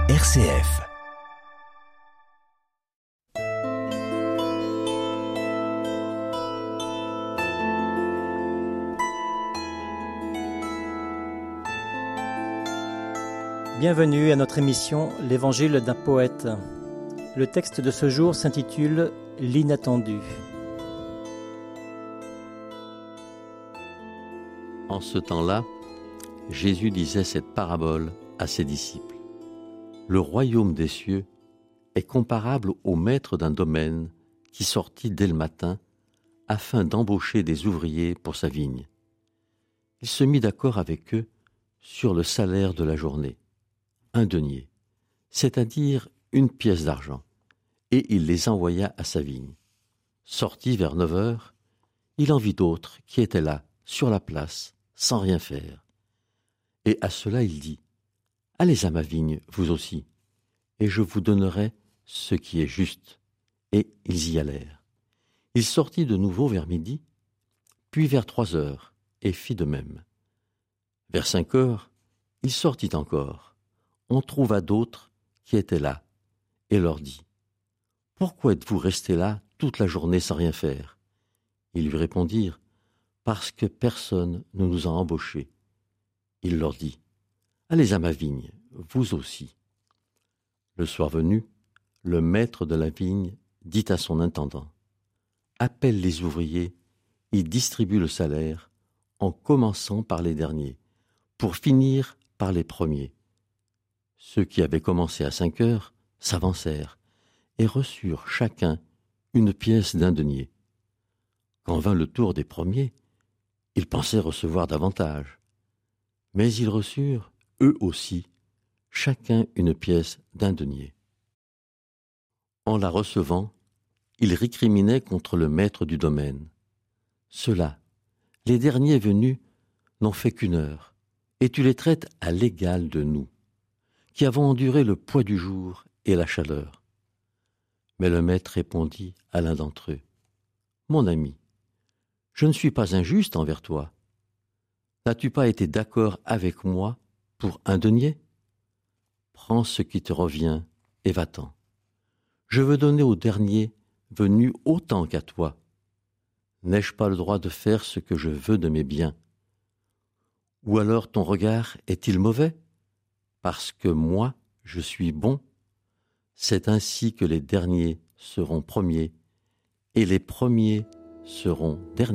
RCF. Bienvenue à notre émission L'Évangile d'un poète. Le texte de ce jour s'intitule « L'inattendu ». En ce temps-là, Jésus disait cette parabole à ses disciples. Le royaume des cieux est comparable au maître d'un domaine qui sortit dès le matin afin d'embaucher des ouvriers pour sa vigne. Il se mit d'accord avec eux sur le salaire de la journée, 1 denier, c'est-à-dire 1 pièce d'argent, et il les envoya à sa vigne. Sorti vers 9 heures, il en vit d'autres qui étaient là, sur la place, sans rien faire. Et à cela il dit, « Allez à ma vigne, vous aussi, et je vous donnerai ce qui est juste. » Et ils y allèrent. Il sortit de nouveau vers midi, puis vers 3 heures, et fit de même. Vers 5 heures, il sortit encore. On trouva d'autres qui étaient là, et leur dit, « Pourquoi êtes-vous restés là toute la journée sans rien faire ?» Ils lui répondirent, « Parce que personne ne nous a embauchés. » Il leur dit, « Allez à ma vigne, vous aussi. » Le soir venu, le maître de la vigne dit à son intendant, « Appelle les ouvriers et distribue le salaire en commençant par les derniers, pour finir par les premiers. » Ceux qui avaient commencé à 5 heures s'avancèrent et reçurent chacun 1 pièce d'1 denier. Quand vint le tour des premiers, ils pensaient recevoir davantage. Mais ils reçurent, eux aussi, chacun 1 pièce d'1 denier. En la recevant, ils récriminaient contre le maître du domaine. Ceux-là, les derniers venus, n'ont fait qu'1 heure, et tu les traites à l'égal de nous, qui avons enduré le poids du jour et la chaleur. Mais le maître répondit à l'un d'entre eux, « Mon ami, je ne suis pas injuste envers toi. N'as-tu pas été d'accord avec moi pour 1 denier ? Prends ce qui te revient et va-t'en. Je veux donner au dernier venu autant qu'à toi. N'ai-je pas le droit de faire ce que je veux de mes biens ? Ou alors ton regard est-il mauvais ? Parce que moi, je suis bon. C'est ainsi que les derniers seront premiers et les premiers seront derniers. »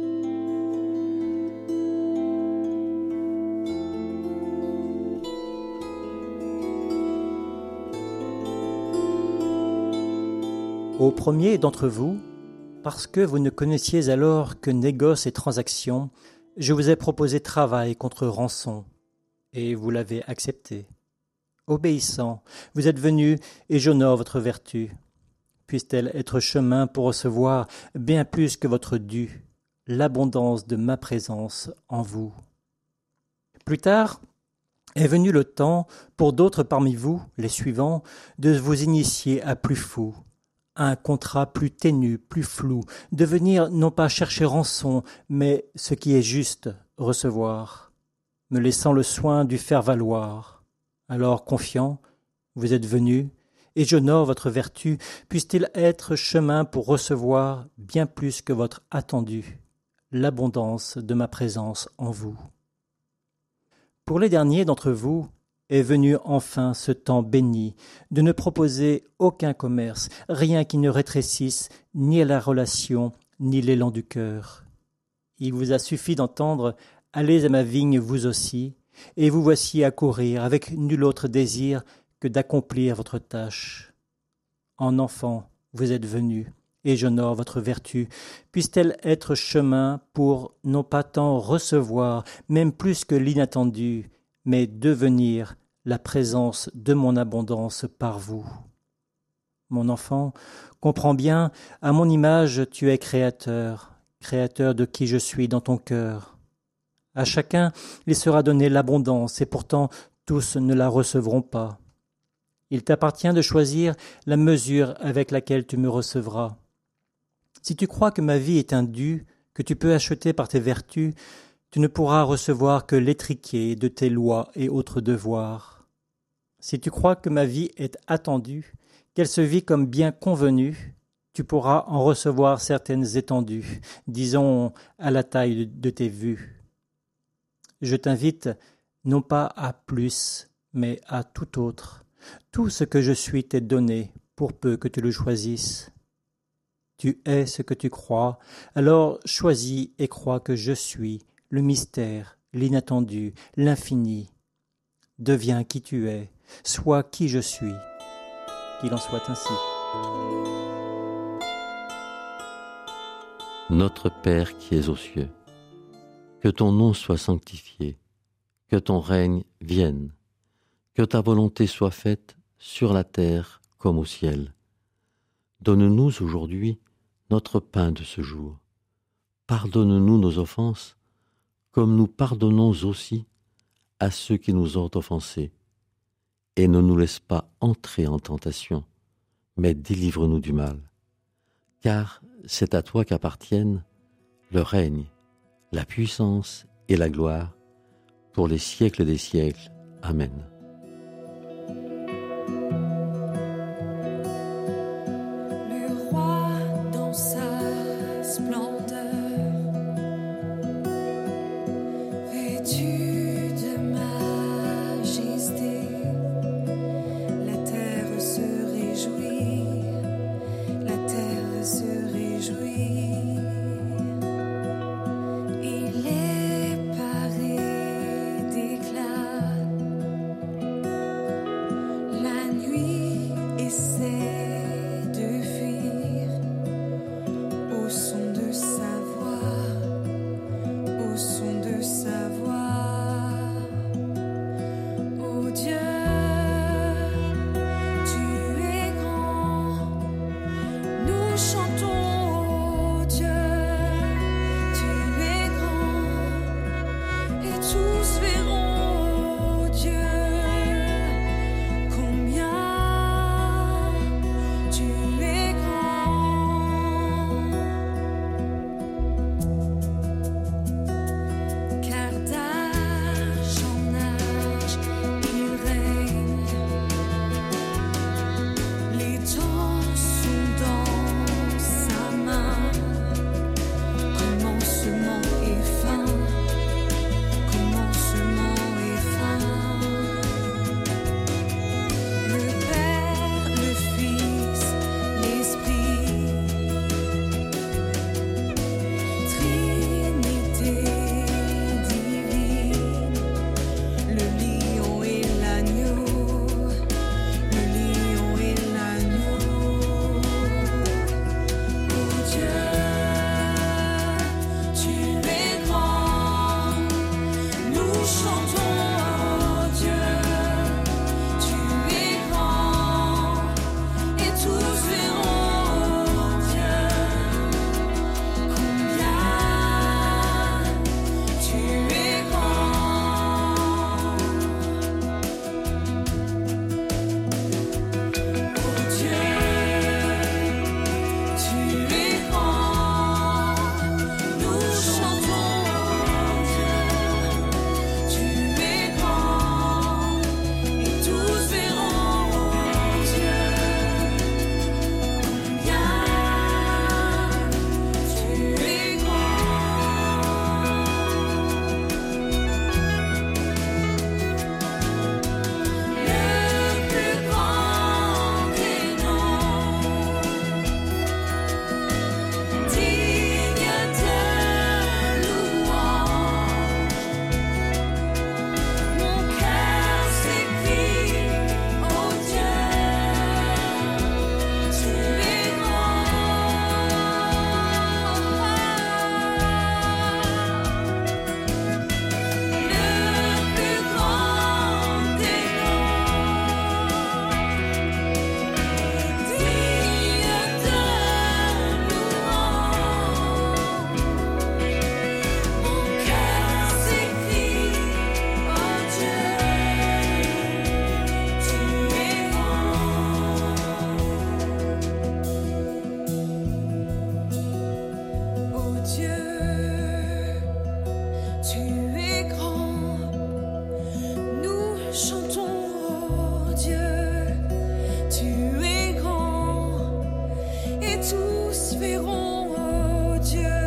Au premier d'entre vous, parce que vous ne connaissiez alors que négoce et transaction, je vous ai proposé travail contre rançon, et vous l'avez accepté. Obéissant, vous êtes venus, et j'honore votre vertu. Puisse-t-elle être chemin pour recevoir, bien plus que votre dû, l'abondance de ma présence en vous. Plus tard, est venu le temps, pour d'autres parmi vous, les suivants, de vous initier à plus fou, un contrat plus ténu, plus flou, de venir non pas chercher rançon, mais ce qui est juste, recevoir, me laissant le soin du faire valoir. Alors, confiant, vous êtes venus, et j'honore votre vertu, puisse-t-il être chemin pour recevoir bien plus que votre attendu, l'abondance de ma présence en vous. Pour les derniers d'entre vous, est venu enfin ce temps béni de ne proposer aucun commerce, rien qui ne rétrécisse ni la relation, ni l'élan du cœur. Il vous a suffi d'entendre « Allez à ma vigne vous aussi », et vous voici à courir avec nul autre désir que d'accomplir votre tâche. En enfant, vous êtes venus, et j'honore votre vertu. Puisse-t-elle être chemin pour non pas tant recevoir, même plus que l'inattendu, mais devenir la présence de mon abondance par vous. Mon enfant, comprends bien, à mon image tu es créateur, créateur de qui je suis dans ton cœur. À chacun il sera donné l'abondance, et pourtant tous ne la recevront pas. Il t'appartient de choisir la mesure avec laquelle tu me recevras. Si tu crois que ma vie est un dû, que tu peux acheter par tes vertus, tu ne pourras recevoir que l'étriquet de tes lois et autres devoirs. Si tu crois que ma vie est attendue, qu'elle se vit comme bien convenu, tu pourras en recevoir certaines étendues, disons à la taille de tes vues. Je t'invite non pas à plus, mais à tout autre. Tout ce que je suis t'est donné, pour peu que tu le choisisses. Tu es ce que tu crois, alors choisis et crois que je suis, le mystère, l'inattendu, l'infini. Deviens qui tu es, sois qui je suis, qu'il en soit ainsi. Notre Père qui es aux cieux, que ton nom soit sanctifié, que ton règne vienne, que ta volonté soit faite sur la terre comme au ciel. Donne-nous aujourd'hui notre pain de ce jour. Pardonne-nous nos offenses, comme nous pardonnons aussi à ceux qui nous ont offensés. Et ne nous laisse pas entrer en tentation, mais délivre-nous du mal. Car c'est à toi qu'appartiennent le règne, la puissance et la gloire, pour les siècles des siècles. Amen. Le roi dans sa splendeur, vêtu de majesté, la terre se réjouit, la terre se réjouit. Il est paré d'éclat, tous verront, oh Dieu.